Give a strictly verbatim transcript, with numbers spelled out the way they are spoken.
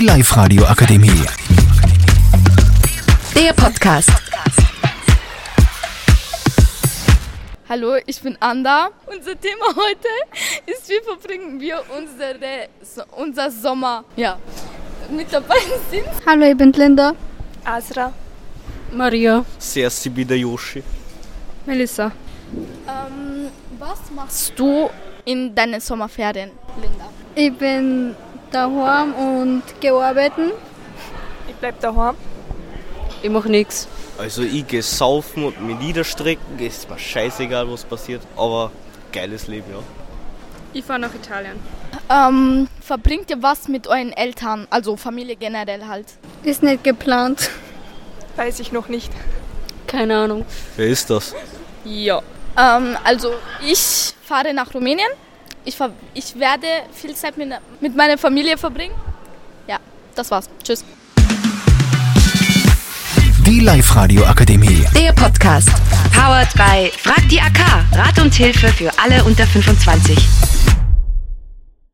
Live-Radio Akademie. Der Podcast. Hallo, ich bin Anda. Unser Thema heute ist, wie verbringen wir unsere, unser Sommer. Ja, mit dabei sind... Hallo, ich bin Linda. Asra. Maria. Sersi wieder Yoshi. Melissa. Ähm, was machst du in deinen Sommerferien, Linda? Ich bin daheim und gehe arbeiten. Ich bleib daheim. Ich mach nix. Also ich gehe saufen und mich niederstrecken. Ist mir scheißegal, was passiert. Aber geiles Leben, ja. Ich fahre nach Italien. Ähm, verbringt ihr was mit euren Eltern, also Familie generell halt? Ist nicht geplant. Weiß ich noch nicht. Keine Ahnung. Wer ist das? Ja. Ähm, also ich fahre nach Rumänien. Ich, ver- ich werde viel Zeit mit, mit meiner Familie verbringen. Ja, das war's. Tschüss. Die Live-Radio Akademie. Der Podcast. Powered by Frag die A K. Rat und Hilfe für alle unter fünfundzwanzig.